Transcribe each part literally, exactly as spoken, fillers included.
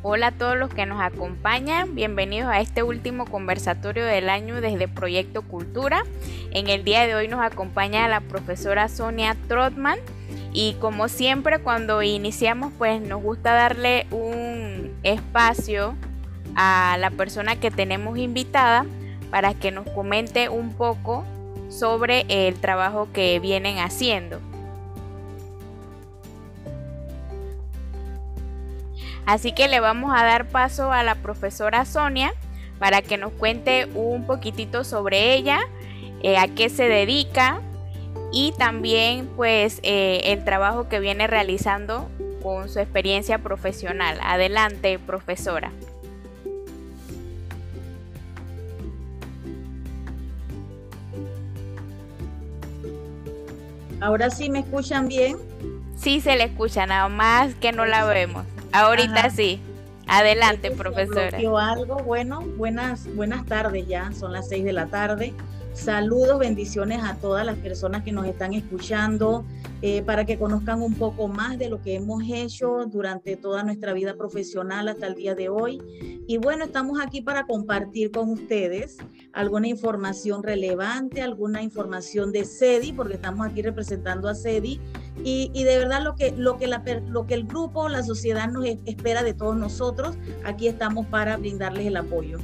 Hola a todos los que nos acompañan, bienvenidos a este último conversatorio del año desde Proyecto Cultura. En el día de hoy nos acompaña la profesora Sonia Trotman y como siempre cuando iniciamos pues nos gusta darle un espacio a la persona que tenemos invitada para que nos comente un poco sobre el trabajo que vienen haciendo. Así que le vamos a dar paso a la profesora Sonia para que nos cuente un poquitito sobre ella, eh, a qué se dedica y también pues eh, el trabajo que viene realizando con su experiencia profesional. Adelante, profesora. ¿Ahora sí me escuchan bien? Sí, se le escucha, nada más que no la vemos. Ahorita Ajá. Sí. Adelante, ¿Se profesora. bloqueó algo? Bueno, buenas, buenas tardes ya, son las seis de la tarde. Saludos, bendiciones a todas las personas que nos están escuchando, eh, para que conozcan un poco más de lo que hemos hecho durante toda nuestra vida profesional hasta el día de hoy. Y bueno, estamos aquí para compartir con ustedes alguna información relevante, alguna información de CEDI, porque estamos aquí representando a CEDI. Y, y de verdad lo que, lo, que la, lo que el grupo, la sociedad nos espera de todos nosotros, aquí estamos para brindarles el apoyo.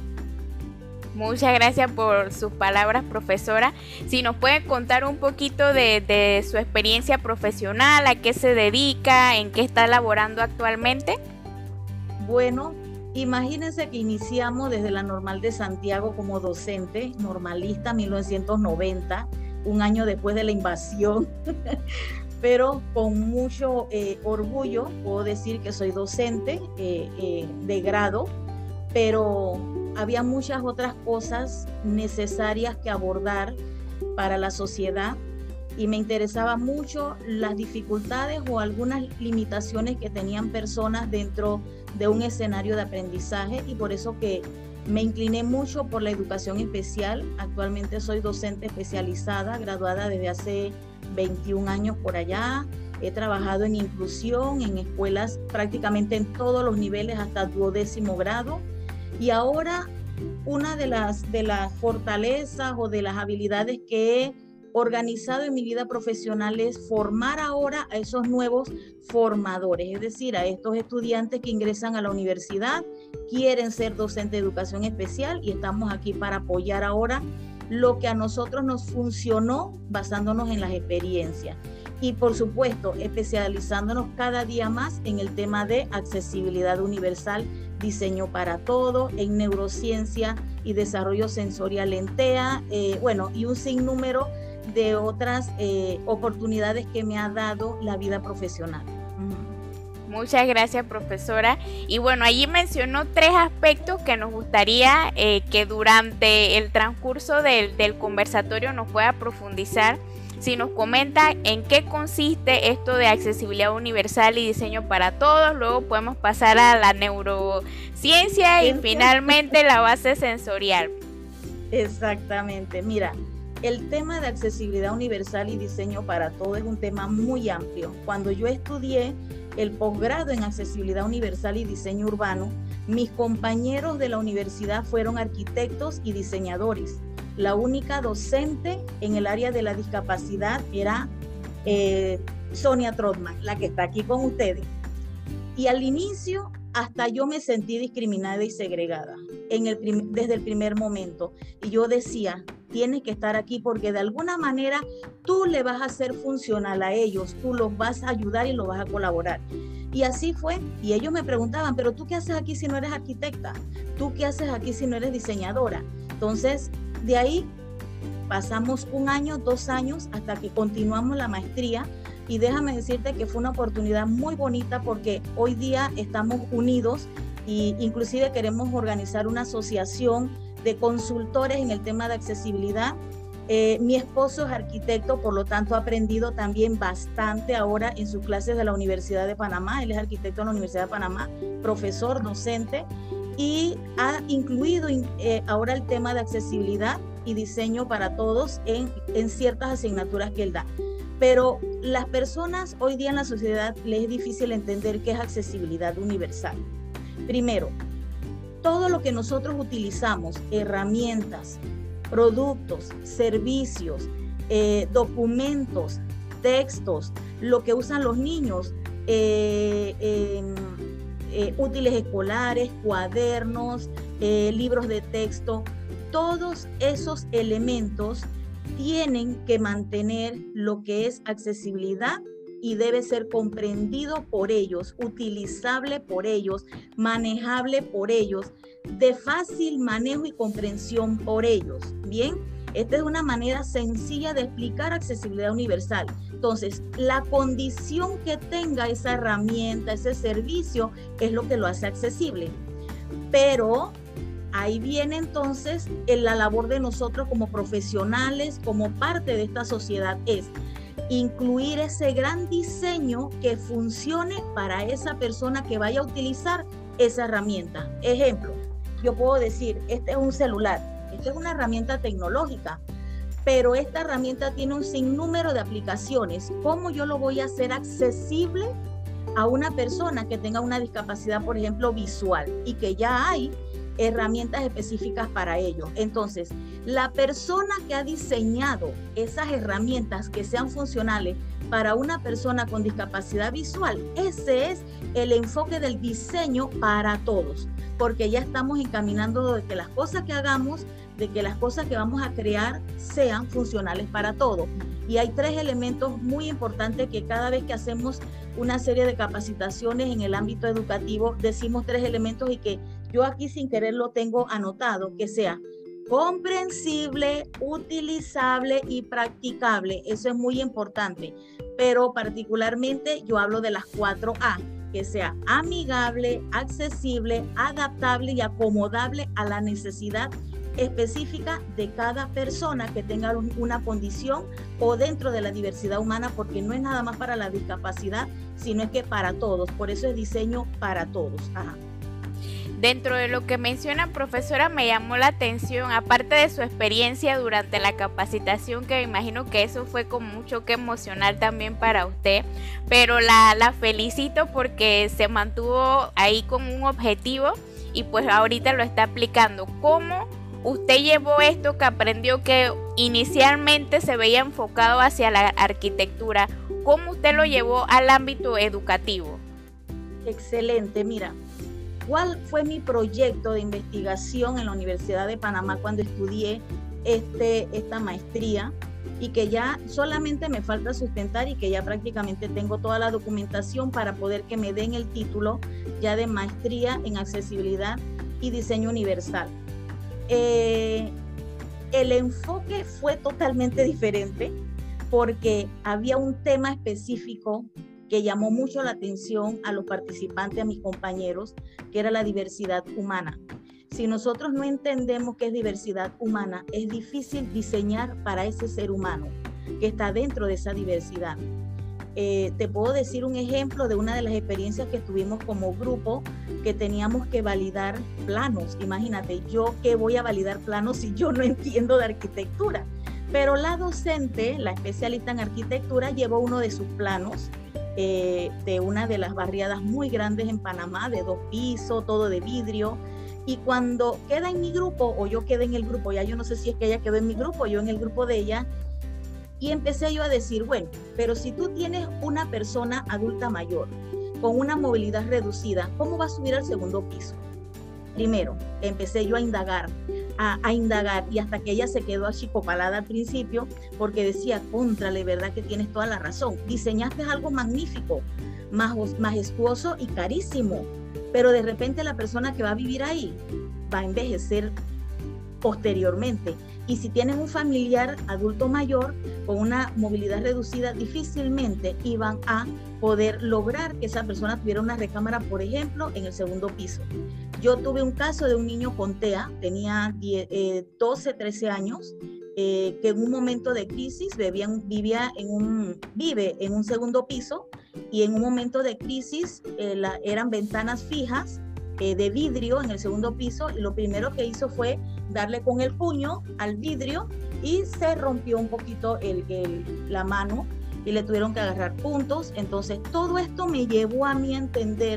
Muchas gracias por sus palabras, profesora. Si nos puede contar un poquito de, de su experiencia profesional, a qué se dedica, en qué está laborando actualmente. Bueno, imagínense que iniciamos desde la Normal de Santiago como docente, normalista, mil novecientos noventa, un año después de la invasión. Pero con mucho eh, orgullo puedo decir que soy docente eh, eh, de grado, pero había muchas otras cosas necesarias que abordar para la sociedad y me interesaba mucho las dificultades o algunas limitaciones que tenían personas dentro de un escenario de aprendizaje y por eso que me incliné mucho por la educación especial. Actualmente soy docente especializada, graduada desde hace veintiún años por allá. He trabajado en inclusión, en escuelas prácticamente en todos los niveles hasta duodécimo grado. Y ahora una de las, de las fortalezas o de las habilidades que he organizado en mi vida profesional es formar ahora a esos nuevos formadores, es decir, a estos estudiantes que ingresan a la universidad, quieren ser docente de educación especial y estamos aquí para apoyar ahora lo que a nosotros nos funcionó basándonos en las experiencias y por supuesto especializándonos cada día más en el tema de accesibilidad universal, diseño para todo, en neurociencia y desarrollo sensorial en T E A, eh, bueno, y un sinnúmero de otras eh, oportunidades que me ha dado la vida profesional. Muchas gracias, profesora. Y bueno, allí mencionó tres aspectos que nos gustaría eh, que durante el transcurso del, del conversatorio nos pueda profundizar. Si nos comenta en qué consiste esto de accesibilidad universal y diseño para todos, luego podemos pasar a la neurociencia y finalmente la base sensorial. Exactamente. Mira, el tema de accesibilidad universal y diseño para todos es un tema muy amplio. Cuando yo estudié el posgrado en accesibilidad universal y diseño urbano, mis compañeros de la universidad fueron arquitectos y diseñadores. La única docente en el área de la discapacidad era eh, Sonia Trotman, la que está aquí con ustedes. Y al inicio hasta yo me sentí discriminada y segregada en el prim- desde el primer momento. Y yo decía, tienes que estar aquí porque de alguna manera tú le vas a hacer funcional a ellos, tú los vas a ayudar y los vas a colaborar. Y así fue. Y ellos me preguntaban, pero ¿tú qué haces aquí si no eres arquitecta? ¿Tú qué haces aquí si no eres diseñadora? Entonces, de ahí pasamos un año, dos años, hasta que continuamos la maestría. Y déjame decirte que fue una oportunidad muy bonita porque hoy día estamos unidos e inclusive queremos organizar una asociación de consultores en el tema de accesibilidad. Eh, mi esposo es arquitecto, por lo tanto ha aprendido también bastante ahora en sus clases de la Universidad de Panamá. Él es arquitecto en la Universidad de Panamá, profesor, docente, y ha incluido eh, ahora el tema de accesibilidad y diseño para todos en, en ciertas asignaturas que él da. Pero las personas hoy día en la sociedad les es difícil entender qué es accesibilidad universal. Primero, todo lo que nosotros utilizamos, herramientas, productos, servicios, eh, documentos, textos, lo que usan los niños, eh, eh, eh, útiles escolares, cuadernos, eh, libros de texto, todos esos elementos tienen que mantener lo que es accesibilidad y debe ser comprendido por ellos, utilizable por ellos, manejable por ellos, de fácil manejo y comprensión por ellos. Bien, esta es una manera sencilla de explicar accesibilidad universal. Entonces, la condición que tenga esa herramienta, ese servicio, es lo que lo hace accesible. Pero ahí viene entonces en la labor de nosotros como profesionales, como parte de esta sociedad, es incluir ese gran diseño que funcione para esa persona que vaya a utilizar esa herramienta. Ejemplo, yo puedo decir, este es un celular, esta es una herramienta tecnológica, pero esta herramienta tiene un sinnúmero de aplicaciones. ¿Cómo yo lo voy a hacer accesible a una persona que tenga una discapacidad, por ejemplo, visual, y que ya hay herramientas específicas para ello? Entonces, la persona que ha diseñado esas herramientas que sean funcionales para una persona con discapacidad visual, ese es el enfoque del diseño para todos, porque ya estamos encaminando de que las cosas que hagamos, de que las cosas que vamos a crear sean funcionales para todos. Y hay tres elementos muy importantes que cada vez que hacemos una serie de capacitaciones en el ámbito educativo, decimos tres elementos y que yo aquí sin querer lo tengo anotado, que sea comprensible, utilizable y practicable. Eso es muy importante, pero particularmente yo hablo de las cuatro A, que sea amigable, accesible, adaptable y acomodable a la necesidad específica de cada persona que tenga una condición o dentro de la diversidad humana, porque no es nada más para la discapacidad, sino es que para todos. Por eso es diseño para todos. Ajá. Dentro de lo que menciona, profesora, me llamó la atención, aparte de su experiencia durante la capacitación, que me imagino que eso fue como un choque emocional también para usted, pero la, la felicito porque se mantuvo ahí con un objetivo y pues ahorita lo está aplicando. ¿Cómo usted llevó esto que aprendió, que inicialmente se veía enfocado hacia la arquitectura? ¿Cómo usted lo llevó al ámbito educativo? Excelente, mira. ¿Cuál fue mi proyecto de investigación en la Universidad de Panamá cuando estudié este, esta maestría? Y que ya solamente me falta sustentar y que ya prácticamente tengo toda la documentación para poder que me den el título ya de maestría en accesibilidad y diseño universal. Eh, el enfoque fue totalmente diferente porque había un tema específico que llamó mucho la atención a los participantes, a mis compañeros, que era la diversidad humana. Si nosotros no entendemos qué es diversidad humana, es difícil diseñar para ese ser humano que está dentro de esa diversidad. Eh, te puedo decir un ejemplo de una de las experiencias que tuvimos como grupo, que teníamos que validar planos. Imagínate, yo que voy a validar planos si yo no entiendo de arquitectura. Pero la docente, la especialista en arquitectura, llevó uno de sus planos eh, de una de las barriadas muy grandes en Panamá, de dos pisos, todo de vidrio. Y cuando queda en mi grupo, o yo quedé en el grupo, ya yo no sé si es que ella quedó en mi grupo o yo en el grupo de ella, y empecé yo a decir, bueno, pero si tú tienes una persona adulta mayor con una movilidad reducida, ¿cómo va a subir al segundo piso? Primero, empecé yo a indagar, a, a indagar, y hasta que ella se quedó achicopalada al principio, porque decía, contrale, verdad que tienes toda la razón, diseñaste algo magnífico, majestuoso y carísimo, pero de repente la persona que va a vivir ahí va a envejecer posteriormente. Y si tienes un familiar adulto mayor con una movilidad reducida, difícilmente iban a poder lograr que esa persona tuviera una recámara, por ejemplo, en el segundo piso. Yo tuve un caso de un niño con T E A, tenía doce, trece años, eh, que en un momento de crisis vivía, vivía en un, vive en un segundo piso, y en un momento de crisis eh, la, eran ventanas fijas eh, de vidrio en el segundo piso, y lo primero que hizo fue darle con el puño al vidrio y se rompió un poquito el, el, la mano y le tuvieron que agarrar puntos. Entonces todo esto me llevó a mí a entender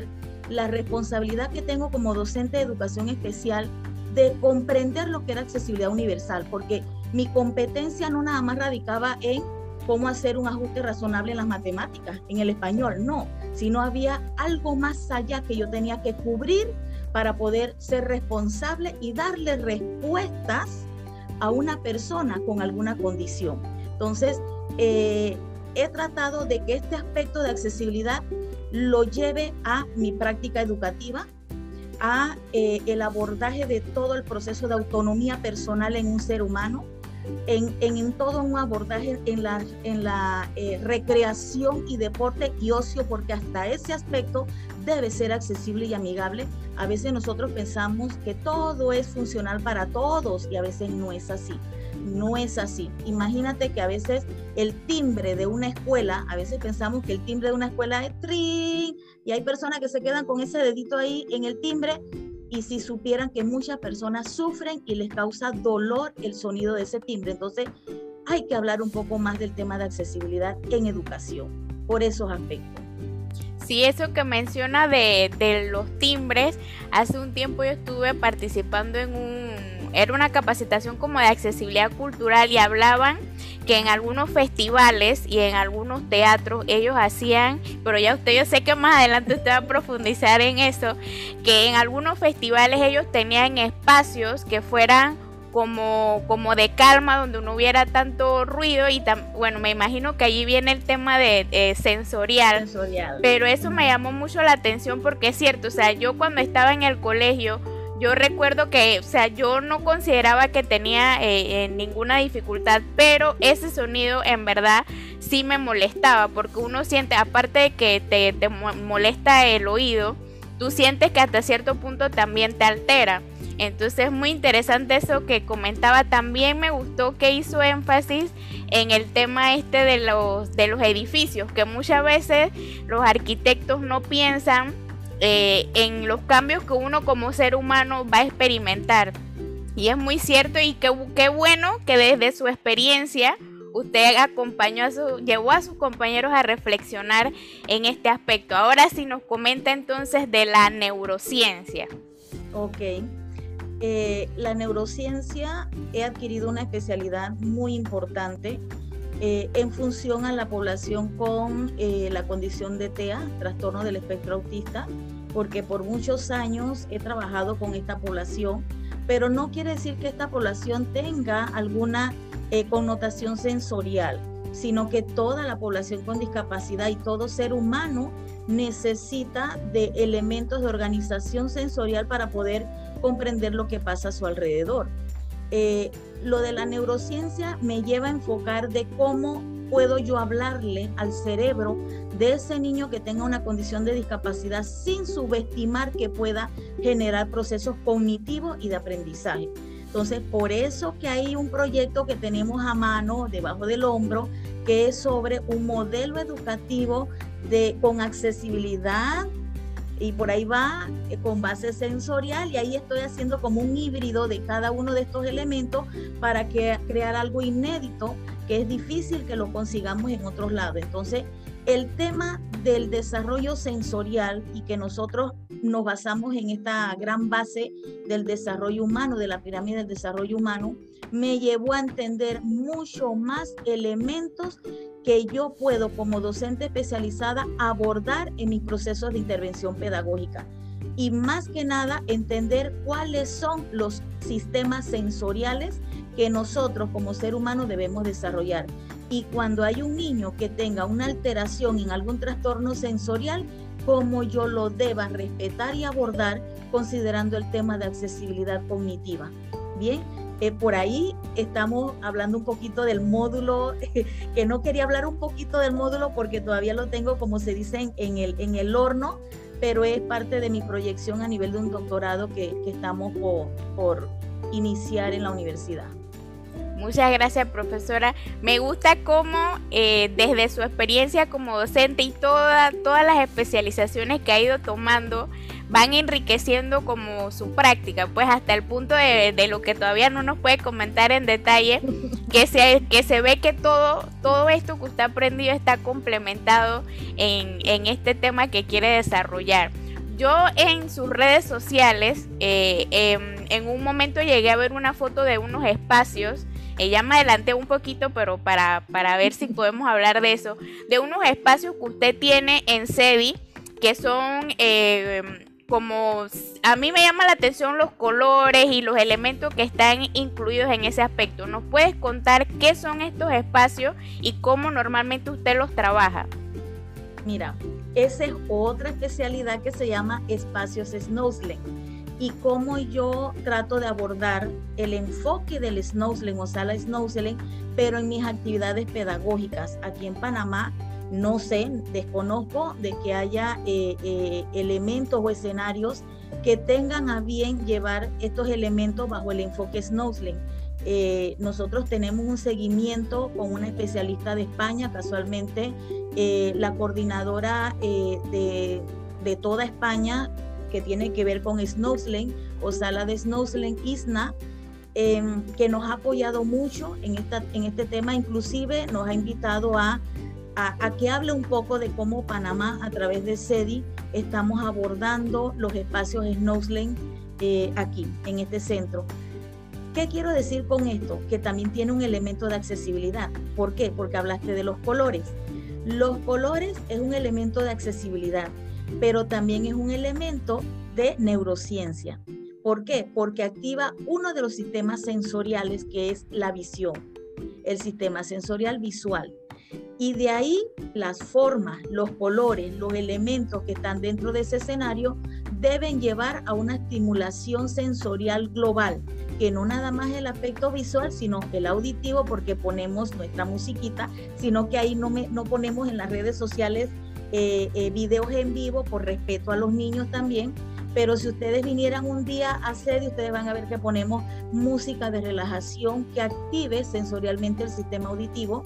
la responsabilidad que tengo como docente de educación especial de comprender lo que era accesibilidad universal, porque mi competencia no nada más radicaba en cómo hacer un ajuste razonable en las matemáticas, en el español, no, sino había algo más allá que yo tenía que cubrir para poder ser responsable y darle respuestas a una persona con alguna condición. Entonces, eh, he tratado de que este aspecto de accesibilidad lo lleve a mi práctica educativa, a eh, el abordaje de todo el proceso de autonomía personal en un ser humano, en, en, en todo un abordaje en la, en la eh, recreación y deporte y ocio, porque hasta ese aspecto debe ser accesible y amigable. A veces nosotros pensamos que todo es funcional para todos y a veces no es así. No es así. Imagínate que a veces el timbre de una escuela, a veces pensamos que el timbre de una escuela es trin, y hay personas que se quedan con ese dedito ahí en el timbre, y si supieran que muchas personas sufren y les causa dolor el sonido de ese timbre. Entonces hay que hablar un poco más del tema de accesibilidad en educación, por esos aspectos. Sí, eso que menciona de, de los timbres, hace un tiempo yo estuve participando en un, era una capacitación como de accesibilidad cultural, y hablaban que en algunos festivales y en algunos teatros ellos hacían, pero ya usted, yo sé que más adelante usted va a profundizar en eso, que en algunos festivales ellos tenían espacios que fueran como, como de calma, donde no hubiera tanto ruido, y tam, bueno, me imagino que allí viene el tema de eh, sensorial, sensorial, pero eso me llamó mucho la atención, porque es cierto, o sea, yo cuando estaba en el colegio, yo recuerdo que, o sea, yo no consideraba que tenía eh, eh, ninguna dificultad, pero ese sonido en verdad sí me molestaba, porque uno siente, aparte de que te, te molesta el oído, tú sientes que hasta cierto punto también te altera. Entonces es muy interesante eso que comentaba. También me gustó que hizo énfasis en el tema este de los, de los edificios, que muchas veces los arquitectos no piensan eh, en los cambios que uno como ser humano va a experimentar. Y es muy cierto, y qué, qué bueno que desde su experiencia usted acompañó a su, llevó a sus compañeros a reflexionar en este aspecto. Ahora sí nos comenta entonces de la neurociencia. Ok. Eh, la neurociencia, he adquirido una especialidad muy importante eh, en función a la población con eh, la condición de T E A, trastorno del espectro autista, porque por muchos años he trabajado con esta población, pero no quiere decir que esta población tenga alguna eh, connotación sensorial, sino que toda la población con discapacidad y todo ser humano necesita de elementos de organización sensorial para poder comprender lo que pasa a su alrededor. Eh, lo de la neurociencia me lleva a enfocar de cómo puedo yo hablarle al cerebro de ese niño que tenga una condición de discapacidad sin subestimar que pueda generar procesos cognitivos y de aprendizaje. Entonces, por eso que hay un proyecto que tenemos a mano, debajo del hombro, que es sobre un modelo educativo de, con accesibilidad, y por ahí va eh, con base sensorial, y ahí estoy haciendo como un híbrido de cada uno de estos elementos para que, crear algo inédito que es difícil que lo consigamos en otros lados. Entonces, el tema del desarrollo sensorial, y que nosotros nos basamos en esta gran base del desarrollo humano, de la pirámide del desarrollo humano, me llevó a entender mucho más elementos que yo puedo como docente especializada abordar en mis procesos de intervención pedagógica. Y más que nada entender cuáles son los sistemas sensoriales que nosotros como ser humano debemos desarrollar. Y cuando hay un niño que tenga una alteración en algún trastorno sensorial, cómo yo lo deba respetar y abordar considerando el tema de accesibilidad cognitiva. Bien. Eh, por ahí estamos hablando un poquito del módulo, eh, que no quería hablar un poquito del módulo porque todavía lo tengo, como se dice, en, en, el, en el horno, pero es parte de mi proyección a nivel de un doctorado que, que estamos por, por iniciar en la universidad. Muchas gracias, profesora. Me gusta cómo eh, desde su experiencia como docente y toda, todas las especializaciones que ha ido tomando van enriqueciendo como su práctica, pues hasta el punto de, de lo que todavía no nos puede comentar en detalle, que se, que se ve que todo, todo esto que usted ha aprendido está complementado en, en este tema que quiere desarrollar. yo en sus redes sociales, eh, eh, en un momento llegué a ver una foto de unos espacios. Eh, ya me adelanté un poquito, pero para, para ver si podemos hablar de eso, de unos espacios que usted tiene en CEDI, que son eh, como, a mí me llama la atención los colores y los elementos que están incluidos en ese aspecto. ¿Nos puedes contar qué son estos espacios y cómo normalmente usted los trabaja? Mira, esa es otra especialidad que se llama espacios Snow-Slang. Y cómo yo trato de abordar el enfoque del Snow-Slang o sala Snow-Slang, pero en mis actividades pedagógicas. Aquí en Panamá, no sé, desconozco de que haya eh, eh, elementos o escenarios que tengan a bien llevar estos elementos bajo el enfoque Snow-Slang. Eh, nosotros tenemos un seguimiento con una especialista de España, casualmente eh, la coordinadora eh, de, de toda España, que tiene que ver con Snow-Slang o sala de Snow-Slang ISNA, eh, que nos ha apoyado mucho en, esta, en este tema. Inclusive nos ha invitado a, a, a que hable un poco de cómo Panamá, a través de CEDI, estamos abordando los espacios Snow-Slang eh, aquí, en este centro. ¿Qué quiero decir con esto? Que también tiene un elemento de accesibilidad. ¿Por qué? Porque hablaste de los colores. Los colores es un elemento de accesibilidad, pero también es un elemento de neurociencia. ¿Por qué? Porque activa uno de los sistemas sensoriales, que es la visión, el sistema sensorial visual. Y de ahí las formas, los colores, los elementos que están dentro de ese escenario deben llevar a una estimulación sensorial global, que no nada más el aspecto visual, sino el auditivo, porque ponemos nuestra musiquita, sino que ahí no, me, no ponemos en las redes sociales Eh, eh, videos en vivo por respeto a los niños también, pero si ustedes vinieran un día a CEDI, ustedes van a ver que ponemos música de relajación que active sensorialmente el sistema auditivo,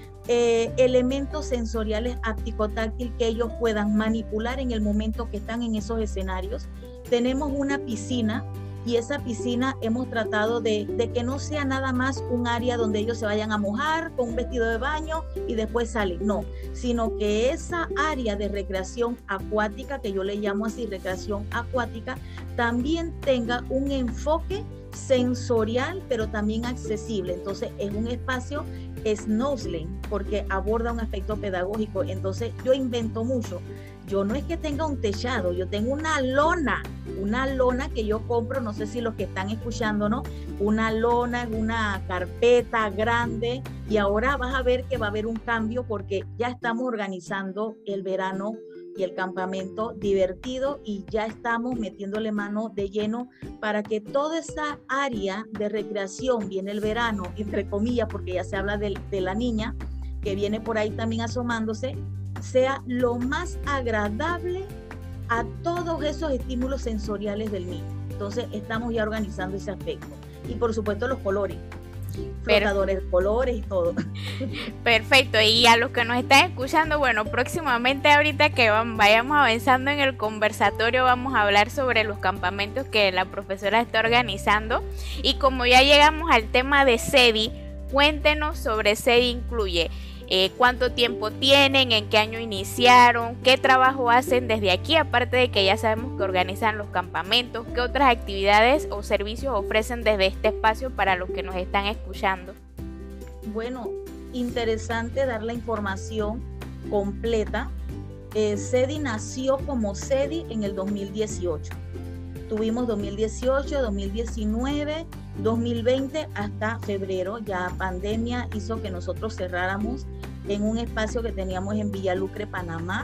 eh, elementos sensoriales áptico-táctil que ellos puedan manipular en el momento que están en esos escenarios. Tenemos una piscina, y esa piscina hemos tratado de, de que no sea nada más un área donde ellos se vayan a mojar con un vestido de baño y después salen, no, sino que esa área de recreación acuática, que yo le llamo así, recreación acuática, también tenga un enfoque sensorial, pero también accesible. Entonces es un espacio Snow-Slang porque aborda un aspecto pedagógico. Entonces yo invento mucho. Yo no es que tenga un techado, yo tengo una lona, una lona que yo compro, no sé si los que están escuchando, ¿no? Una lona, una carpeta grande, y ahora vas a ver que va a haber un cambio porque ya estamos organizando el verano y el campamento divertido y ya estamos metiéndole mano de lleno para que toda esa área de recreación, viene el verano, entre comillas, porque ya se habla de, de la niña, que viene por ahí también asomándose, sea lo más agradable a todos esos estímulos sensoriales del niño. Entonces estamos ya organizando ese aspecto. Y por supuesto los colores, flotadores, colores y todo. Perfecto. Y a los que nos están escuchando, bueno, próximamente ahorita que vayamos avanzando en el conversatorio vamos a hablar sobre los campamentos que la profesora está organizando. Y como ya llegamos al tema de CEDI, cuéntenos sobre CEDI Incluye. Eh, ¿Cuánto tiempo tienen? ¿En qué año iniciaron? ¿Qué trabajo hacen desde aquí? Aparte de que ya sabemos que organizan los campamentos, ¿qué otras actividades o servicios ofrecen desde este espacio para los que nos están escuchando? Bueno, interesante dar la información completa. Eh, CEDI nació como CEDI en el dos mil dieciocho. Tuvimos dos mil dieciocho, dos mil diecinueve, dos mil veinte hasta febrero. Ya pandemia hizo que nosotros cerráramos en un espacio que teníamos en Villalucre, Panamá.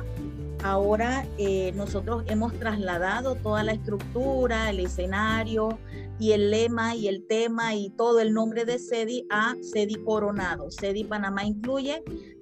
Ahora eh, nosotros hemos trasladado toda la estructura, el escenario y el lema y el tema y todo el nombre de CEDI a CEDI Coronado. CEDI Panamá Incluye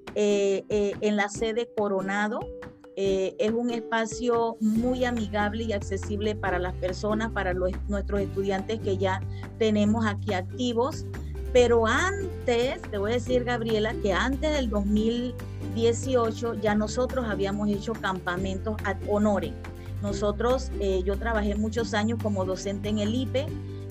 eh, eh, en la sede Coronado. Eh, es un espacio muy amigable y accesible para las personas, para los, nuestros estudiantes que ya tenemos aquí activos. Pero antes, te voy a decir, Gabriela, que antes del dos mil dieciocho ya nosotros habíamos hecho campamentos ad honorem. Nosotros, eh, yo trabajé muchos años como docente en el I P E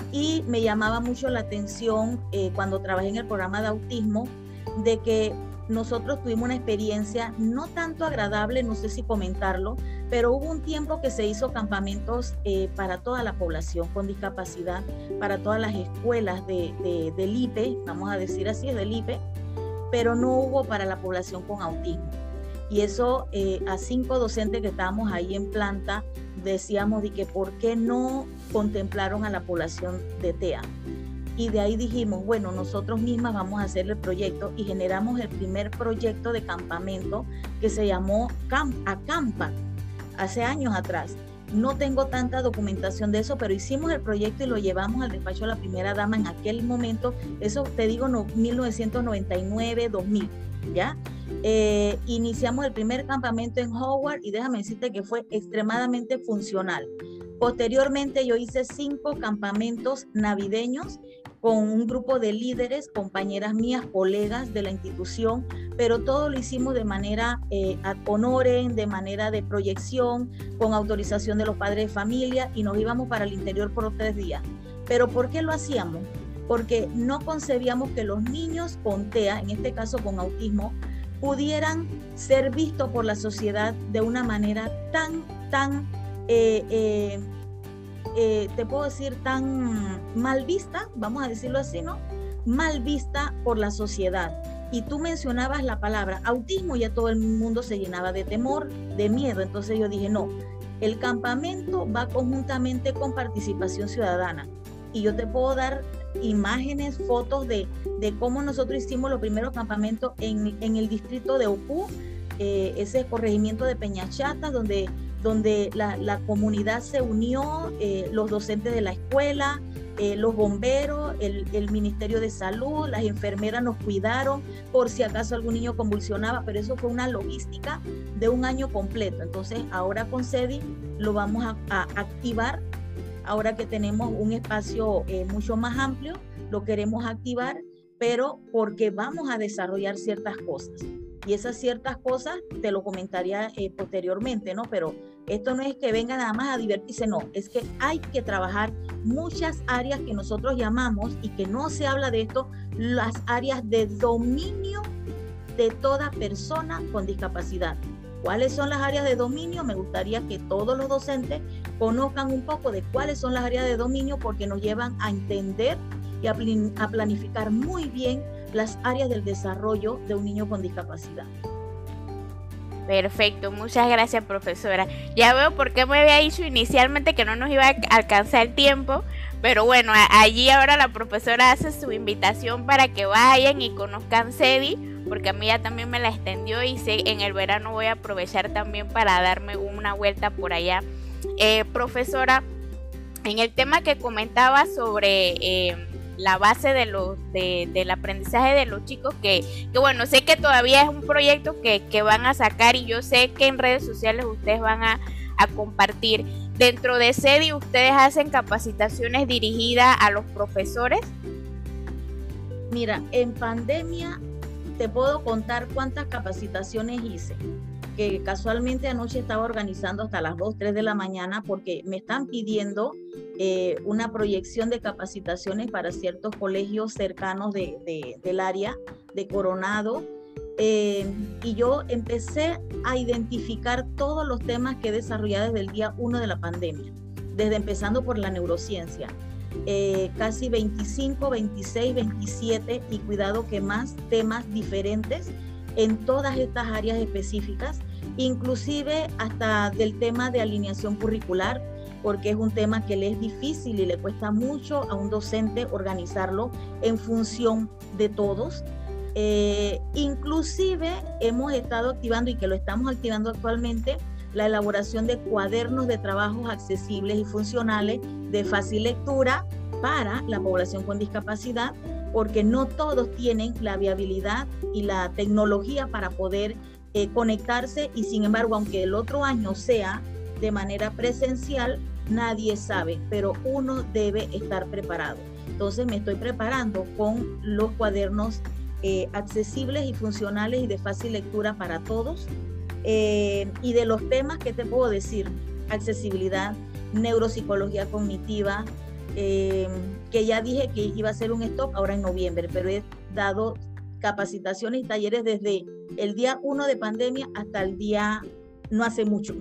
y me llamaba mucho la atención eh, cuando trabajé en el programa de autismo, de que nosotros tuvimos una experiencia no tanto agradable, no sé si comentarlo, pero hubo un tiempo que se hizo campamentos eh, para toda la población con discapacidad, para todas las escuelas de, de, del I P E, vamos a decir así, es del I P E, pero no hubo para la población con autismo. Y eso eh, a cinco docentes que estábamos ahí en planta decíamos de que por qué no contemplaron a la población de T E A. Y de ahí dijimos, bueno, nosotros mismas vamos a hacer el proyecto y generamos el primer proyecto de campamento que se llamó Camp Acampa, hace años atrás. No tengo tanta documentación de eso, pero hicimos el proyecto y lo llevamos al despacho de la primera dama en aquel momento, eso te digo, no, mil novecientos noventa y nueve, dos mil, ¿ya? Eh, iniciamos el primer campamento en Howard y déjame decirte que fue extremadamente funcional. Posteriormente yo hice cinco campamentos navideños con un grupo de líderes, compañeras mías, colegas de la institución, pero todo lo hicimos de manera eh, ad honorem, de manera de proyección, con autorización de los padres de familia, y nos íbamos para el interior por tres días. ¿Pero por qué lo hacíamos? Porque no concebíamos que los niños con T E A, en este caso con autismo, pudieran ser vistos por la sociedad de una manera tan, tan, eh, eh, eh, te puedo decir, tan mal vista, vamos a decirlo así, ¿no? Mal vista por la sociedad. Y tú mencionabas la palabra autismo, ya todo el mundo se llenaba de temor, de miedo. Entonces yo dije, no, el campamento va conjuntamente con participación ciudadana. Y yo te puedo dar imágenes, fotos de, de cómo nosotros hicimos los primeros campamentos en, en el distrito de Ocú, eh, ese corregimiento de Peñachata, donde, donde la, la comunidad se unió, eh, los docentes de la escuela, eh, los bomberos, el, el Ministerio de Salud, las enfermeras nos cuidaron por si acaso algún niño convulsionaba, pero eso fue una logística de un año completo. Entonces ahora con CEDI lo vamos a, a activar. Ahora que tenemos un espacio eh, mucho más amplio, lo queremos activar, pero porque vamos a desarrollar ciertas cosas. Y esas ciertas cosas te lo comentaría eh, posteriormente, ¿no? Pero esto no es que venga nada más a divertirse, no. Es que hay que trabajar muchas áreas que nosotros llamamos, y que no se habla de esto, las áreas de dominio de toda persona con discapacidad. ¿Cuáles son las áreas de dominio? Me gustaría que todos los docentes conozcan un poco de cuáles son las áreas de dominio, porque nos llevan a entender y a, pl- a planificar muy bien las áreas del desarrollo de un niño con discapacidad. Perfecto, muchas gracias, profesora. Ya veo por qué me había dicho inicialmente que no nos iba a alcanzar el tiempo, pero bueno, a- allí ahora la profesora hace su invitación para que vayan y conozcan CEDI, porque a mí ya también me la extendió y sé en el verano voy a aprovechar también para darme una vuelta por allá. Eh, profesora, en el tema que comentaba sobre eh, la base de los, de, del aprendizaje de los chicos, que, que bueno, sé que todavía es un proyecto que, que van a sacar, y yo sé que en redes sociales ustedes van a, a compartir. Dentro de CEDI, ¿ustedes hacen capacitaciones dirigidas a los profesores? Mira, en pandemia te puedo contar cuántas capacitaciones hice, que casualmente anoche estaba organizando hasta las dos, tres de la mañana, porque me están pidiendo eh, una proyección de capacitaciones para ciertos colegios cercanos de, de, del área de Coronado, eh, y yo empecé a identificar todos los temas que he desarrollado desde el día uno de la pandemia, desde empezando por la neurociencia. Eh, casi veinticinco, veintiséis, veintisiete y cuidado que más temas diferentes en todas estas áreas específicas, inclusive hasta del tema de alineación curricular, porque es un tema que le es difícil y le cuesta mucho a un docente organizarlo en función de todos. Eh, inclusive hemos estado activando, y que lo estamos activando actualmente, la elaboración de cuadernos de trabajos accesibles y funcionales de fácil lectura para la población con discapacidad, porque no todos tienen la viabilidad y la tecnología para poder eh, conectarse, y sin embargo, aunque el otro año sea de manera presencial, nadie sabe, pero uno debe estar preparado. Entonces me estoy preparando con los cuadernos eh, accesibles y funcionales y de fácil lectura para todos. Eh, y de los temas que te puedo decir: accesibilidad, neuropsicología cognitiva, eh, que ya dije que iba a hacer un stop ahora en noviembre, pero he dado capacitaciones y talleres desde el día uno de pandemia hasta el día, no hace mucho,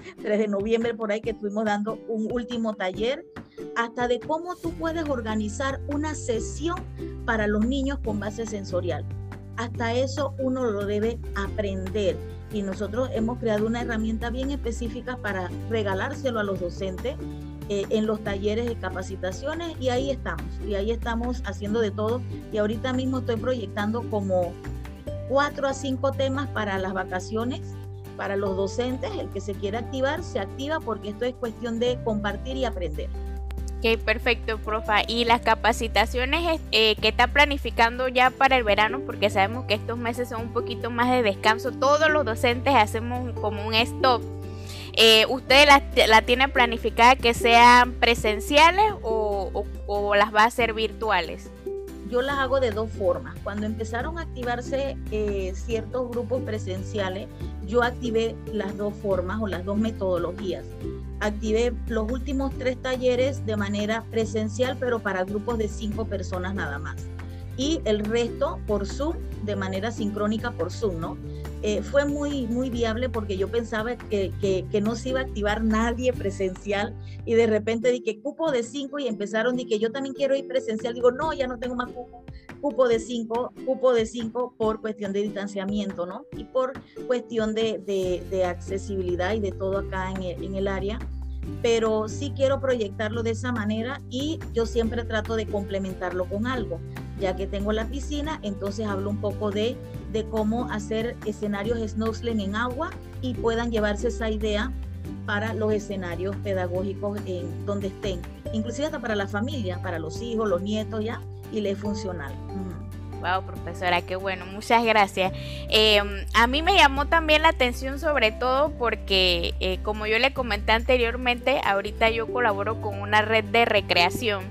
tres de noviembre por ahí, que estuvimos dando un último taller, hasta de cómo tú puedes organizar una sesión para los niños con base sensorial. Hasta eso uno lo debe aprender, y nosotros hemos creado una herramienta bien específica para regalárselo a los docentes eh, en los talleres de capacitaciones, y ahí estamos, y ahí estamos haciendo de todo, y ahorita mismo estoy proyectando como cuatro a cinco temas para las vacaciones, para los docentes. El que se quiera activar, se activa, porque esto es cuestión de compartir y aprender. Ok, perfecto, profa. Y las capacitaciones eh, que está planificando ya para el verano, porque sabemos que estos meses son un poquito más de descanso, todos los docentes hacemos como un stop. Eh, ¿Usted la, la tiene planificada que sean presenciales o, o, o las va a hacer virtuales? Yo las hago de dos formas. Cuando empezaron a activarse eh, ciertos grupos presenciales, yo activé las dos formas o las dos metodologías. Activé los últimos tres talleres de manera presencial, pero para grupos de cinco personas nada más. Y el resto por Zoom, de manera sincrónica por Zoom, ¿no? Eh, fue muy, muy viable, porque yo pensaba que, que, que no se iba a activar nadie presencial, y de repente dije cupo de cinco, y empezaron de que yo también quiero ir presencial. Digo, no, ya no tengo más cupo, cupo de cinco, cupo de cinco por cuestión de distanciamiento, ¿no? Y por cuestión de, de, de accesibilidad y de todo acá en el, en el área. Pero sí quiero proyectarlo de esa manera, y yo siempre trato de complementarlo con algo. Ya que tengo la piscina, entonces hablo un poco de, de cómo hacer escenarios snorkeling en agua, y puedan llevarse esa idea para los escenarios pedagógicos en donde estén, inclusive hasta para la familia, para los hijos, los nietos, ya, y le es funcional. Mm. Wow, profesora, qué bueno, muchas gracias. Eh, a mí me llamó también la atención, sobre todo porque, eh, como yo le comenté anteriormente, ahorita yo colaboro con una red de recreación,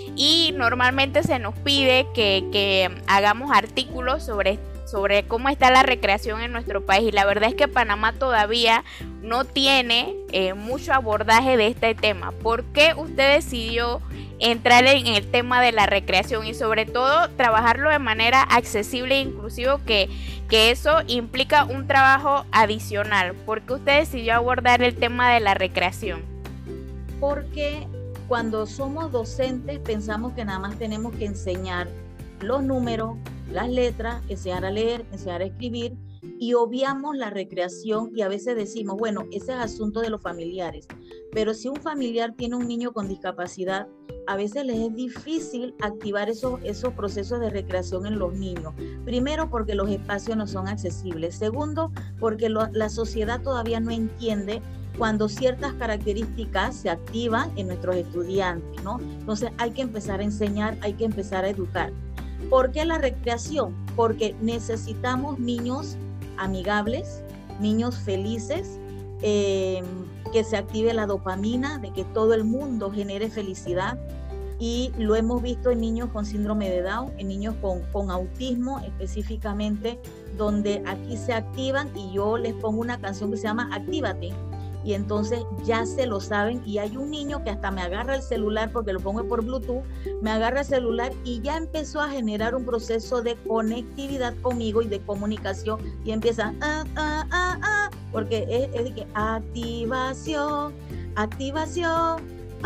y normalmente se nos pide que, que hagamos artículos sobre, sobre cómo está la recreación en nuestro país, y la verdad es que Panamá todavía no tiene eh, mucho abordaje de este tema. ¿Por qué usted decidió entrar en el tema de la recreación, y sobre todo trabajarlo de manera accesible e inclusivo, que, que eso implica un trabajo adicional? ¿Por qué usted decidió abordar el tema de la recreación? Porque cuando somos docentes pensamos que nada más tenemos que enseñar los números, las letras, enseñar a leer, enseñar a escribir, y obviamos la recreación, y a veces decimos, bueno, ese es asunto de los familiares. Pero si un familiar tiene un niño con discapacidad, a veces les es difícil activar esos, esos procesos de recreación en los niños. Primero, porque los espacios no son accesibles. Segundo, porque lo, la sociedad todavía no entiende cuando ciertas características se activan en nuestros estudiantes, ¿no? Entonces hay que empezar a enseñar, hay que empezar a educar. ¿Por qué la recreación? Porque necesitamos niños amigables, niños felices, eh, que se active la dopamina, de que todo el mundo genere felicidad, y lo hemos visto en niños con síndrome de Down, en niños con, con autismo específicamente, donde aquí se activan, y yo les pongo una canción que se llama Actívate, y entonces ya se lo saben, y hay un niño que hasta me agarra el celular, porque lo pongo por Bluetooth, me agarra el celular y ya empezó a generar un proceso de conectividad conmigo y de comunicación, y empieza ah, ah, ah, ah, porque es, es de que activación, activación,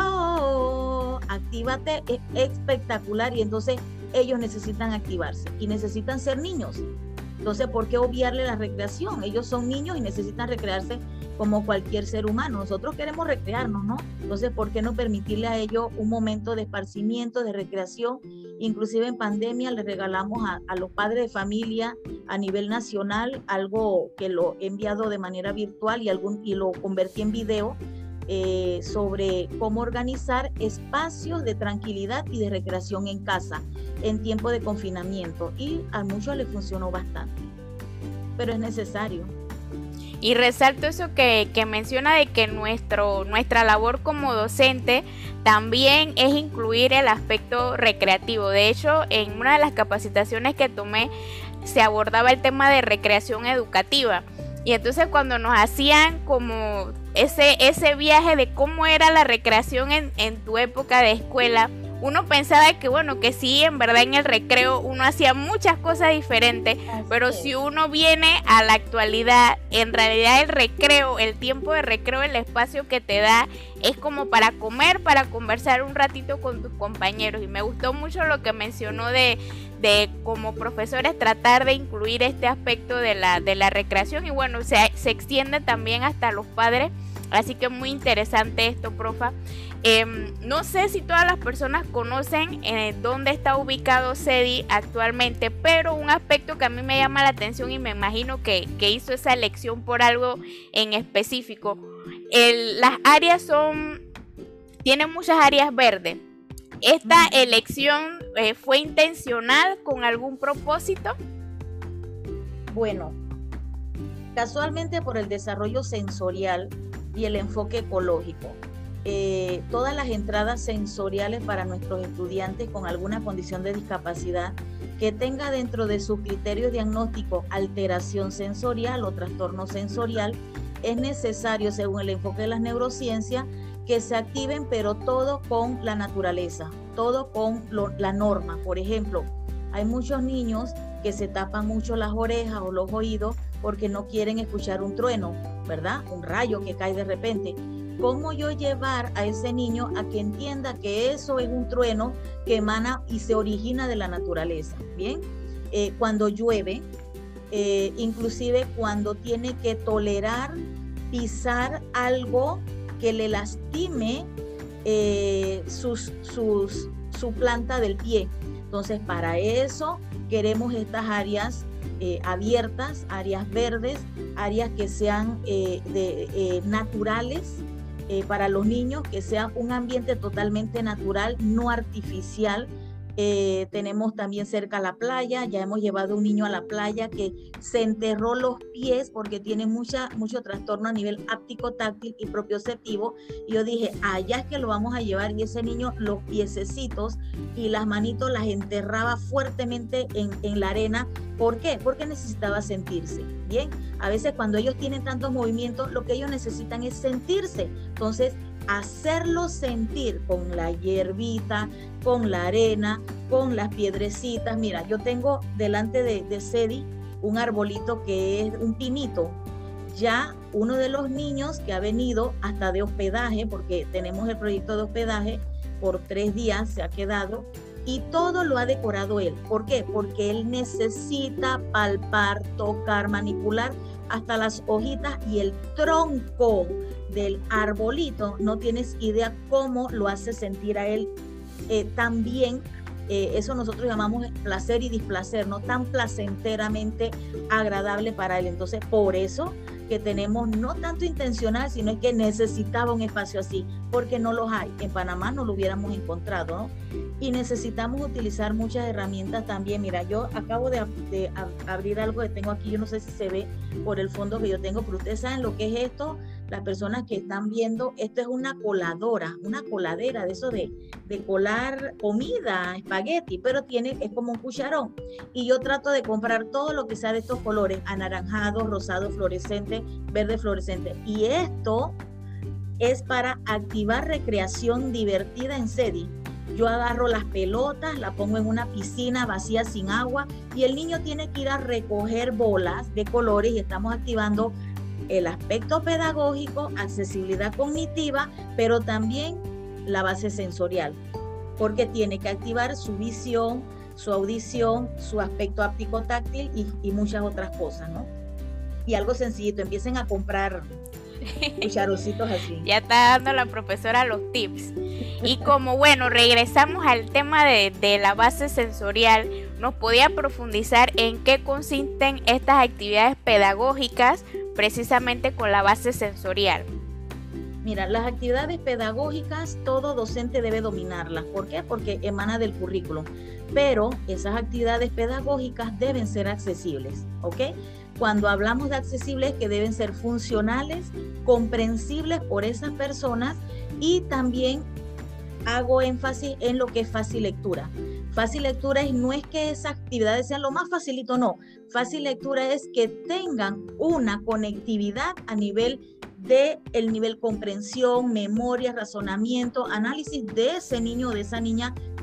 oh, actívate, es espectacular, y entonces ellos necesitan activarse y necesitan ser niños. Entonces, ¿por qué obviarle la recreación? Ellos son niños y necesitan recrearse como cualquier ser humano. Nosotros queremos recrearnos, ¿no? Entonces, ¿por qué no permitirle a ellos un momento de esparcimiento, de recreación? Inclusive en pandemia le regalamos a, a los padres de familia a nivel nacional algo que lo he enviado de manera virtual, y, algún, y lo convertí en video, eh, sobre cómo organizar espacios de tranquilidad y de recreación en casa en tiempo de confinamiento, y a muchos les funcionó bastante, pero es necesario. Y resalto eso que, que menciona, de que nuestro, nuestra labor como docente también es incluir el aspecto recreativo. De hecho, en una de las capacitaciones que tomé se abordaba el tema de recreación educativa, y entonces cuando nos hacían como ese, ese viaje de cómo era la recreación en, en tu época de escuela, uno pensaba que bueno, que sí, en verdad en el recreo uno hacía muchas cosas diferentes, Así pero es. Si uno viene a la actualidad, en realidad el recreo, el tiempo de recreo, el espacio que te da es como para comer, para conversar un ratito con tus compañeros. Y me gustó mucho lo que mencionó de, de como profesores tratar de incluir este aspecto de la, de la recreación, y bueno, se, se extiende también hasta los padres, así que muy interesante esto, profa. Eh, no sé si todas las personas conocen eh, dónde está ubicado CEDI actualmente, pero un aspecto que a mí me llama la atención y me imagino que, que hizo esa elección por algo en específico. El, las áreas son, tienen muchas áreas verdes. ¿Esta elección eh, fue intencional con algún propósito? Bueno, casualmente por el desarrollo sensorial y el enfoque ecológico. Eh, todas las entradas sensoriales para nuestros estudiantes con alguna condición de discapacidad que tenga dentro de sus criterios diagnósticos alteración sensorial o trastorno sensorial, es necesario, según el enfoque de las neurociencias, que se activen, pero todo con la naturaleza, todo con lo, la norma. Por ejemplo, hay muchos niños que se tapan mucho las orejas o los oídos porque no quieren escuchar un trueno, ¿verdad? Un rayo que cae de repente. ¿Cómo yo llevar a ese niño a que entienda que eso es un trueno que emana y se origina de la naturaleza? Bien, eh, cuando llueve, eh, inclusive cuando tiene que tolerar pisar algo que le lastime eh, sus, sus, su planta del pie. Entonces, para eso queremos estas áreas eh, abiertas, áreas verdes, áreas que sean eh, de, eh, naturales, Eh, para los niños, que sea un ambiente totalmente natural, no artificial. Eh, tenemos también cerca la playa, ya hemos llevado un niño a la playa que se enterró los pies porque tiene mucha, mucho trastorno a nivel áptico, táctil y propioceptivo, y yo dije, allá es que lo vamos a llevar, y ese niño los piececitos y las manitos las enterraba fuertemente en, en la arena. ¿Por qué? Porque necesitaba sentirse. Bien, a veces cuando ellos tienen tantos movimientos, lo que ellos necesitan es sentirse. Entonces, hacerlo sentir con la hierbita, con la arena, con las piedrecitas. Mira, yo tengo delante de, de CEDI un arbolito que es un pinito. Ya uno de los niños que ha venido hasta de hospedaje, porque tenemos el proyecto de hospedaje, por tres días se ha quedado, y todo lo ha decorado él. ¿Por qué? Porque él necesita palpar, tocar, manipular hasta las hojitas y el tronco del arbolito. No tienes idea cómo lo hace sentir a él eh, tan bien. Eh, eso nosotros llamamos placer y displacer, no tan placenteramente agradable para él. Entonces, por eso que tenemos, no tanto intencional, sino es que necesitaba un espacio así, porque no los hay. En Panamá no lo hubiéramos encontrado, ¿no? Y necesitamos utilizar muchas herramientas también. Mira, yo acabo de, de abrir algo que tengo aquí, yo no sé si se ve por el fondo que yo tengo, pero ustedes saben lo que es esto. Las personas que están viendo, esto es una coladora, una coladera de eso de, de colar comida, espagueti, pero tiene, es como un cucharón. Y yo trato de comprar todo lo que sea de estos colores, anaranjado, rosado, fluorescente, verde fluorescente. Y esto es para activar recreación divertida en CEDI. Yo agarro las pelotas, la pongo en una piscina vacía sin agua, y el niño tiene que ir a recoger bolas de colores, y estamos activando el aspecto pedagógico, accesibilidad cognitiva, pero también la base sensorial, porque tiene que activar su visión, su audición, su aspecto áptico táctil y, y muchas otras cosas, ¿no? Y algo sencillito, empiecen a comprar cucharoncitos así. Ya está dando la profesora los tips. Y como bueno, regresamos al tema de, de la base sensorial, ¿nos podía profundizar en qué consisten estas actividades pedagógicas precisamente con la base sensorial? Mira, las actividades pedagógicas todo docente debe dominarlas. ¿Por qué? Porque emana del currículum. Pero esas actividades pedagógicas deben ser accesibles, ¿ok? Cuando hablamos de accesibles, que deben ser funcionales, comprensibles por esas personas, y también hago énfasis en lo que es fácil lectura. Fácil lectura es, no es que esas actividades sean lo más facilito, no. Fácil lectura es que tengan una conectividad a nivel de el nivel comprensión, memoria, razonamiento, análisis de ese niño o de esa niña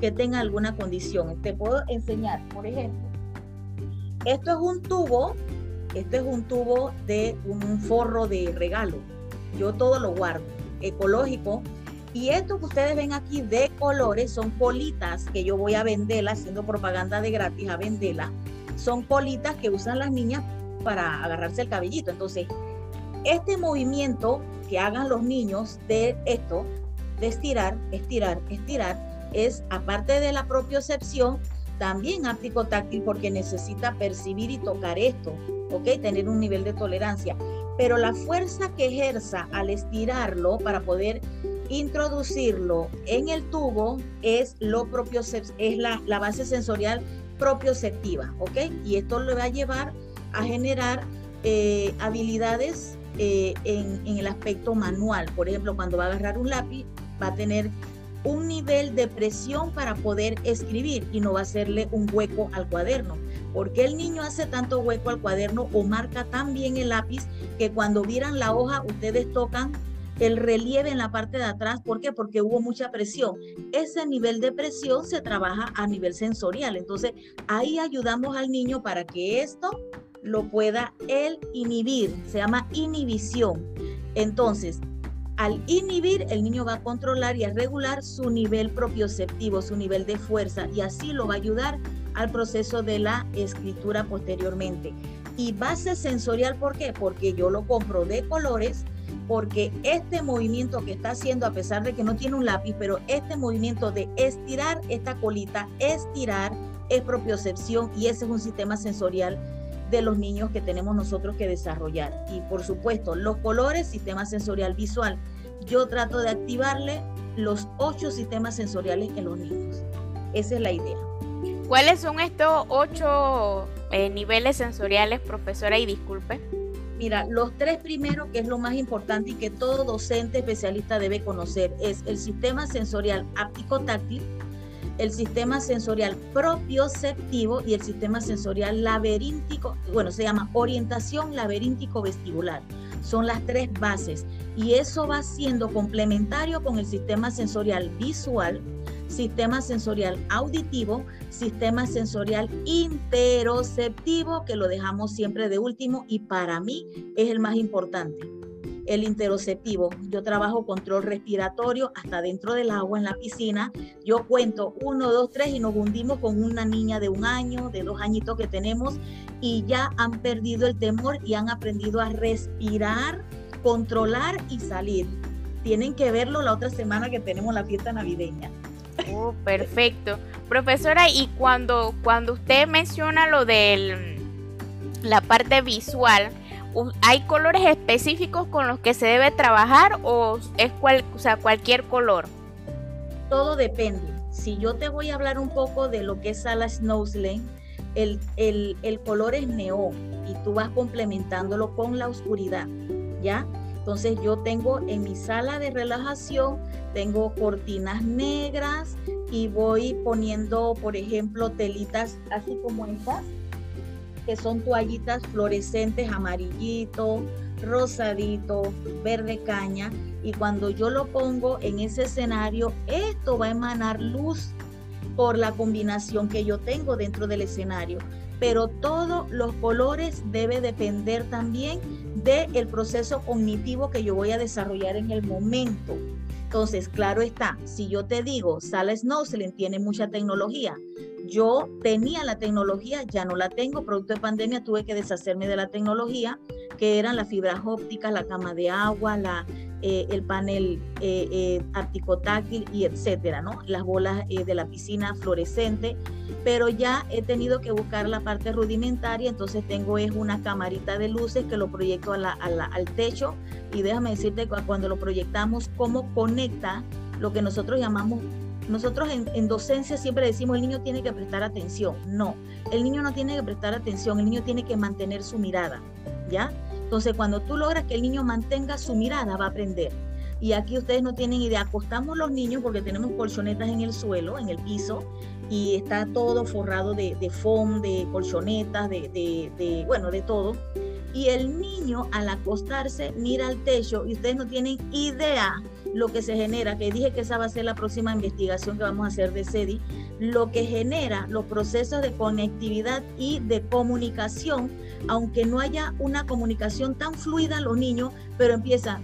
que tenga alguna condición. Te puedo enseñar, por ejemplo, esto es un tubo, esto es un tubo de un forro de regalo. Yo todo lo guardo, ecológico. Y esto que ustedes ven aquí de colores son colitas que yo voy a venderlas, haciendo propaganda de gratis a venderlas. Son colitas que usan las niñas para agarrarse el cabellito. Entonces, este movimiento que hagan los niños de esto, de estirar, estirar, estirar, es, aparte de la propiocepción, también áptico-táctil, porque necesita percibir y tocar esto, ¿ok? Tener un nivel de tolerancia. Pero la fuerza que ejerza al estirarlo para poder introducirlo en el tubo es, lo propiocept- es la, la base sensorial propioceptiva, ¿ok? Y esto le va a llevar a generar eh, habilidades eh, en, en el aspecto manual. Por ejemplo, cuando va a agarrar un lápiz, va a tener un nivel de presión para poder escribir y no va a hacerle un hueco al cuaderno. ¿Por qué el niño hace tanto hueco al cuaderno o marca tan bien el lápiz que cuando viran la hoja ustedes tocan el relieve en la parte de atrás? ¿Por qué? Porque hubo mucha presión. Ese nivel de presión se trabaja a nivel sensorial. Entonces, ahí ayudamos al niño para que esto lo pueda él inhibir. Se llama inhibición. Entonces, al inhibir, el niño va a controlar y a regular su nivel propioceptivo, su nivel de fuerza, y así lo va a ayudar al proceso de la escritura posteriormente. Y base sensorial, ¿por qué? Porque yo lo compro de colores, porque este movimiento que está haciendo, a pesar de que no tiene un lápiz, pero este movimiento de estirar esta colita, estirar, es propiocepción, y ese es un sistema sensorial de los niños que tenemos nosotros que desarrollar. Y por supuesto, los colores, sistema sensorial visual. Yo trato de activarle los ocho sistemas sensoriales en los niños. Esa es la idea. ¿Cuáles son estos ocho eh, niveles sensoriales, profesora? Y disculpe. Mira, los tres primeros, que es lo más importante y que todo docente especialista debe conocer, es el sistema sensorial áptico-táctil, el sistema sensorial propioceptivo y el sistema sensorial laberíntico. Bueno, se llama orientación laberíntico vestibular. Son las tres bases y eso va siendo complementario con el sistema sensorial visual, sistema sensorial auditivo, sistema sensorial interoceptivo, que lo dejamos siempre de último y para mí es el más importante. El interoceptivo, yo trabajo control respiratorio hasta dentro del agua en la piscina. Yo cuento uno, dos, tres y nos hundimos con una niña de un año, de dos añitos que tenemos, y ya han perdido el temor y han aprendido a respirar, controlar y salir. Tienen que verlo la otra semana que tenemos la fiesta navideña. Oh, perfecto. Profesora, y cuando, cuando usted menciona lo de la parte visual, ¿hay colores específicos con los que se debe trabajar o es cual, o sea, cualquier color? Todo depende. Si yo te voy a hablar un poco de lo que es sala Snow-Lane, el, el, el color es neón y tú vas complementándolo con la oscuridad, ¿ya? Entonces yo tengo en mi sala de relajación, tengo cortinas negras y voy poniendo, por ejemplo, telitas así como estas, que son toallitas fluorescentes, amarillito, rosadito, verde caña, y cuando yo lo pongo en ese escenario, esto va a emanar luz por la combinación que yo tengo dentro del escenario. Pero todos los colores debe depender también del proceso cognitivo que yo voy a desarrollar en el momento. Entonces, claro está, si yo te digo, Sala Snow-Lane tiene mucha tecnología. Yo tenía la tecnología, ya no la tengo, producto de pandemia tuve que deshacerme de la tecnología, que eran las fibras ópticas, la cama de agua, la, eh, el panel eh, eh, áptico-táctil y etcétera, ¿no? Las bolas eh, de la piscina fluorescente, pero ya he tenido que buscar la parte rudimentaria, entonces tengo es una camarita de luces que lo proyecto a la, a la, al techo, y déjame decirte cuando lo proyectamos, cómo conecta lo que nosotros llamamos. Nosotros en, en docencia siempre decimos el niño tiene que prestar atención. No, el niño no tiene que prestar atención, el niño tiene que mantener su mirada, ¿ya? Entonces cuando tú logras que el niño mantenga su mirada, va a aprender. Y aquí ustedes no tienen idea, acostamos los niños porque tenemos colchonetas en el suelo, en el piso, y está todo forrado de, de foam, de colchonetas, de, de, de, bueno, de todo. Y el niño al acostarse mira al techo y ustedes no tienen idea lo que se genera, que dije que esa va a ser la próxima investigación que vamos a hacer de C E D I, lo que genera los procesos de conectividad y de comunicación, aunque no haya una comunicación tan fluida en los niños, pero empiezan,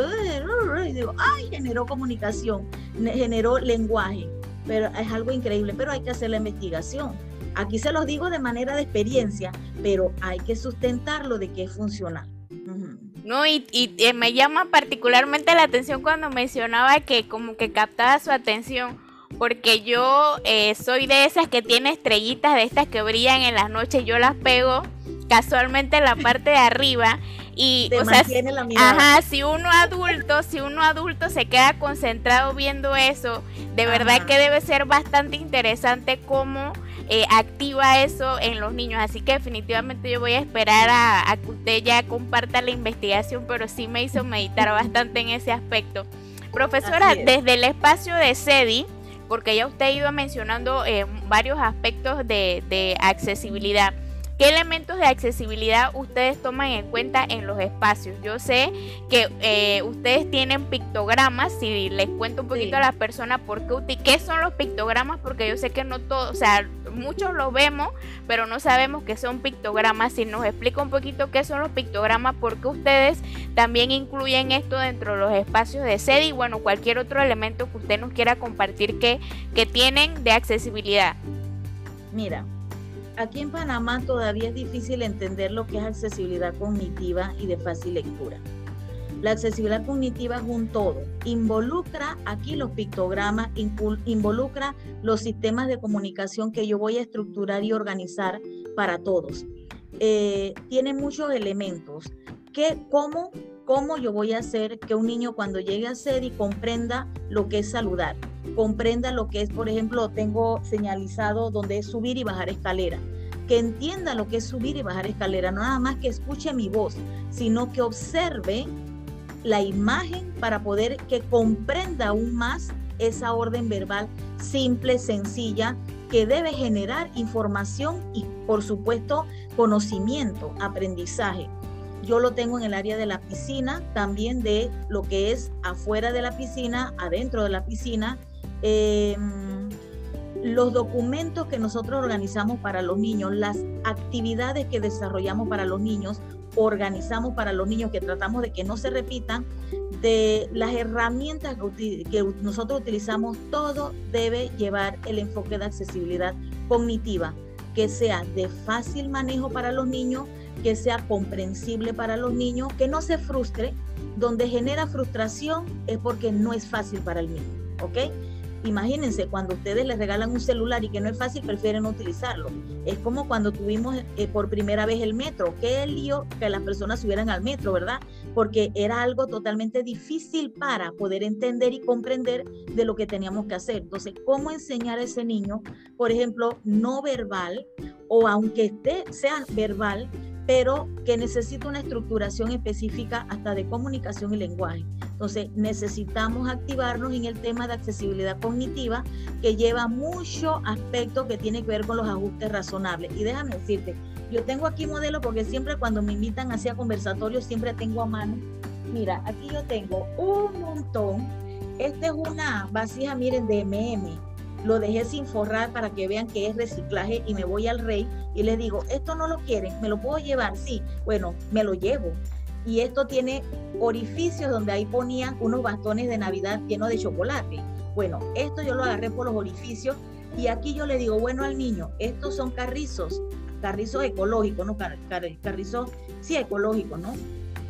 y digo, ay, generó comunicación, generó lenguaje, pero es algo increíble, pero hay que hacer la investigación. Aquí se los digo de manera de experiencia, pero hay que sustentarlo de que es funcional. Uh-huh. No, y, y, y me llama particularmente la atención cuando mencionaba que como que captaba su atención, porque yo eh, soy de esas que tiene estrellitas de estas que brillan en las noches, yo las pego casualmente en la parte de arriba y te o sea, la mirada. Ajá, si uno adulto, si uno adulto se queda concentrado viendo eso, de ajá, verdad que debe ser bastante interesante cómo eh, activa eso en los niños, así que definitivamente yo voy a esperar a, a que usted ya comparta la investigación, pero sí me hizo meditar bastante en ese aspecto. Profesora, desde el espacio de C E D I, porque ya usted ha ido mencionando eh, varios aspectos de, de accesibilidad, ¿qué elementos de accesibilidad ustedes toman en cuenta en los espacios? Yo sé que eh, ustedes tienen pictogramas, si les cuento un poquito sí. a las personas por qué, qué son los pictogramas, porque yo sé que no todos, o sea, muchos los vemos, pero no sabemos qué son pictogramas. Si nos explica un poquito qué son los pictogramas, por qué ustedes también incluyen esto dentro de los espacios de C E D I y bueno, cualquier otro elemento que usted nos quiera compartir que, que tienen de accesibilidad. Mira, aquí en Panamá todavía es difícil entender lo que es accesibilidad cognitiva y de fácil lectura. La accesibilidad cognitiva es un todo, involucra aquí los pictogramas, involucra los sistemas de comunicación que yo voy a estructurar y organizar para todos. Eh, tiene muchos elementos, que cómo, cómo yo voy a hacer que un niño cuando llegue a C E D I comprenda lo que es saludar, comprenda lo que es, por ejemplo, tengo señalizado donde es subir y bajar escalera, que entienda lo que es subir y bajar escalera, no nada más que escuche mi voz, sino que observe la imagen para poder que comprenda aún más esa orden verbal simple, sencilla, que debe generar información y, por supuesto, conocimiento, aprendizaje. Yo lo tengo en el área de la piscina, también de lo que es afuera de la piscina, adentro de la piscina, eh, los documentos que nosotros organizamos para los niños, las actividades que desarrollamos para los niños, organizamos para los niños, que tratamos de que no se repitan, de las herramientas que, que nosotros utilizamos, todo debe llevar el enfoque de accesibilidad cognitiva, que sea de fácil manejo para los niños, que sea comprensible para los niños, que no se frustre. Donde genera frustración es porque no es fácil para el niño, ¿ok? Imagínense, cuando ustedes les regalan un celular y que no es fácil, prefieren no utilizarlo. Es como cuando tuvimos eh, por primera vez el metro. Qué lío que las personas subieran al metro, ¿verdad? Porque era algo totalmente difícil para poder entender y comprender de lo que teníamos que hacer. Entonces, ¿cómo enseñar a ese niño, por ejemplo, no verbal, o aunque esté, sea verbal, pero que necesita una estructuración específica hasta de comunicación y lenguaje? Entonces necesitamos activarnos en el tema de accesibilidad cognitiva, que lleva mucho aspecto que tiene que ver con los ajustes razonables. Y déjame decirte, yo tengo aquí modelo porque siempre cuando me invitan hacia conversatorios siempre tengo a mano. Mira, aquí yo tengo un montón. Esta es una vasija, miren, de eme eme. Lo dejé sin forrar para que vean que es reciclaje, y me voy al Rey y les digo, esto no lo quieren, ¿me lo puedo llevar? Sí, bueno, me lo llevo. Y esto tiene orificios donde ahí ponían unos bastones de Navidad llenos de chocolate. Bueno, esto yo lo agarré por los orificios, y aquí yo le digo, bueno, al niño, estos son carrizos, carrizos ecológicos, ¿no? Car car carrizos, sí, ecológicos, ¿no?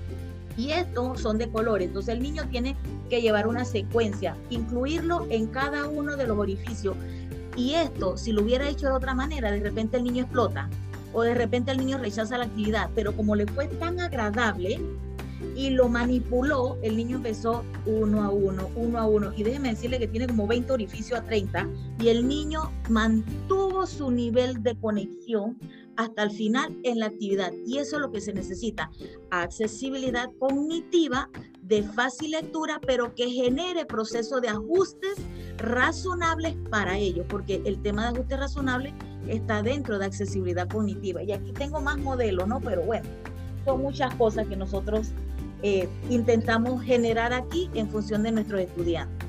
Y estos son de colores, entonces el niño tiene que llevar una secuencia, incluirlo en cada uno de los orificios. Y esto, si lo hubiera hecho de otra manera, de repente el niño explota, o de repente el niño rechaza la actividad, pero como le fue tan agradable y lo manipuló, el niño empezó uno a uno, uno a uno, y déjeme decirle que tiene como veinte orificios a treinta, y el niño mantuvo su nivel de conexión hasta el final en la actividad. Y eso es lo que se necesita, accesibilidad cognitiva de fácil lectura, pero que genere procesos de ajustes razonables para ellos, porque el tema de ajustes razonables está dentro de accesibilidad cognitiva. Y aquí tengo más modelos, ¿no? Pero bueno, son muchas cosas que nosotros eh, intentamos generar aquí en función de nuestros estudiantes.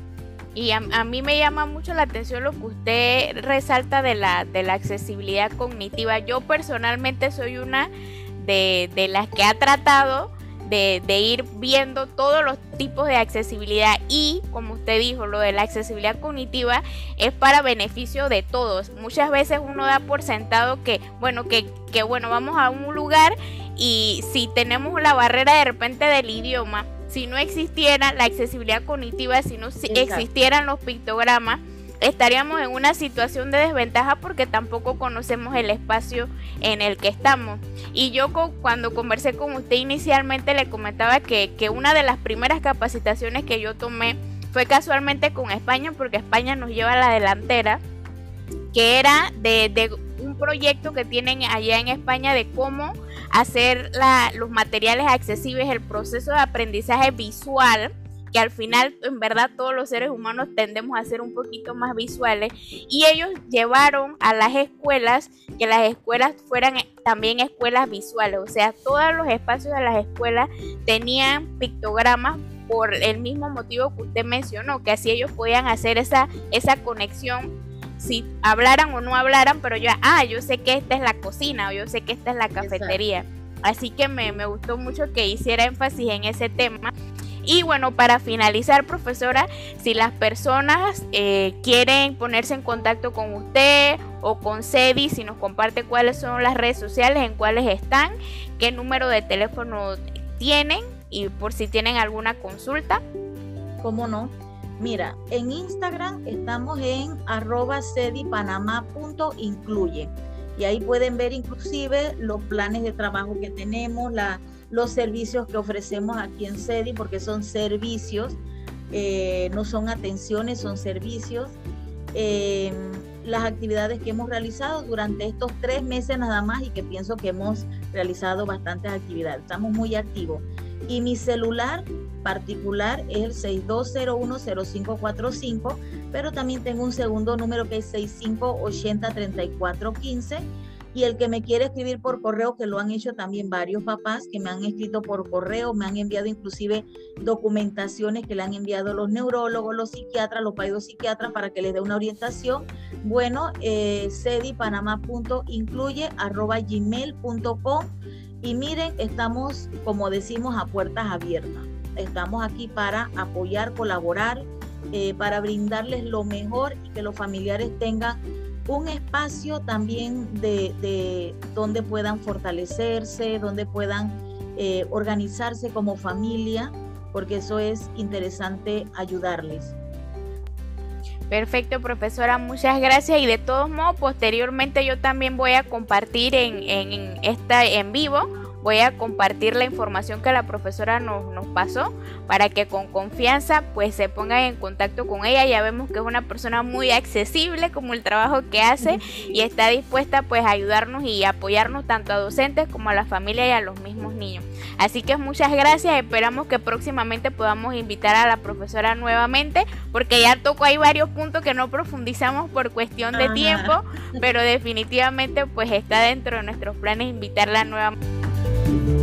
Y a, a mí me llama mucho la atención lo que usted resalta de la, de la accesibilidad cognitiva. Yo personalmente soy una de, de las que ha tratado de, de ir viendo todos los tipos de accesibilidad, y como usted dijo, lo de la accesibilidad cognitiva es para beneficio de todos. Muchas veces uno da por sentado que, bueno, que, que bueno, vamos a un lugar y si tenemos la barrera de repente del idioma, si no existiera la accesibilidad cognitiva, si no existieran los pictogramas, estaríamos en una situación de desventaja porque tampoco conocemos el espacio en el que estamos. Y yo cuando conversé con usted inicialmente le comentaba que, que una de las primeras capacitaciones que yo tomé fue casualmente con España, porque España nos lleva a la delantera, que era de, de un proyecto que tienen allá en España de cómo hacer la, los materiales accesibles, el proceso de aprendizaje visual, que al final en verdad todos los seres humanos tendemos a ser un poquito más visuales, y ellos llevaron a las escuelas que las escuelas fueran también escuelas visuales, o sea, todos los espacios de las escuelas tenían pictogramas por el mismo motivo que usted mencionó, que así ellos podían hacer esa, esa conexión, si hablaran o no hablaran, pero yo, ah, yo sé que esta es la cocina, o yo sé que esta es la cafetería. Exacto. Así que me, me gustó mucho que hiciera énfasis en ese tema. Y bueno, para finalizar, profesora, si las personas eh, quieren ponerse en contacto con usted o con CEDI, si nos comparte cuáles son las redes sociales, en cuáles están, qué número de teléfono tienen y por si tienen alguna consulta. ¿Cómo no? Mira, en Instagram estamos en arroba cedipanamá punto incluye, y ahí pueden ver inclusive los planes de trabajo que tenemos, la los servicios que ofrecemos aquí en CEDI, porque son servicios, eh, no son atenciones, son servicios. Eh, las actividades que hemos realizado durante estos tres meses nada más, y que pienso que hemos realizado bastantes actividades, estamos muy activos. Y mi celular particular es el seis dos cero uno cero cinco cuatro cinco, pero también tengo un segundo número que es seis cinco ocho cero tres cuatro uno cinco. Y el que me quiere escribir por correo, que lo han hecho también varios papás que me han escrito por correo, me han enviado inclusive documentaciones que le han enviado los neurólogos, los psiquiatras, los psiquiatras para que les dé una orientación. Bueno, eh, cedipanamá punto incluye arroba gmail punto com, y miren, estamos, como decimos, a puertas abiertas. Estamos aquí para apoyar, colaborar, eh, para brindarles lo mejor y que los familiares tengan un espacio también de, de donde puedan fortalecerse, donde puedan eh, organizarse como familia, porque eso es interesante ayudarles. Perfecto, profesora, muchas gracias. Y de todos modos, posteriormente yo también voy a compartir en, en esta en vivo, voy a compartir la información que la profesora nos, nos pasó para que con confianza pues se pongan en contacto con ella. Ya vemos que es una persona muy accesible como el trabajo que hace y está dispuesta pues a ayudarnos y apoyarnos tanto a docentes como a la familia y a los mismos niños. Así que muchas gracias, esperamos que próximamente podamos invitar a la profesora nuevamente, porque ya tocó ahí varios puntos que no profundizamos por cuestión de Ajá. tiempo, pero definitivamente pues está dentro de nuestros planes invitarla nuevamente.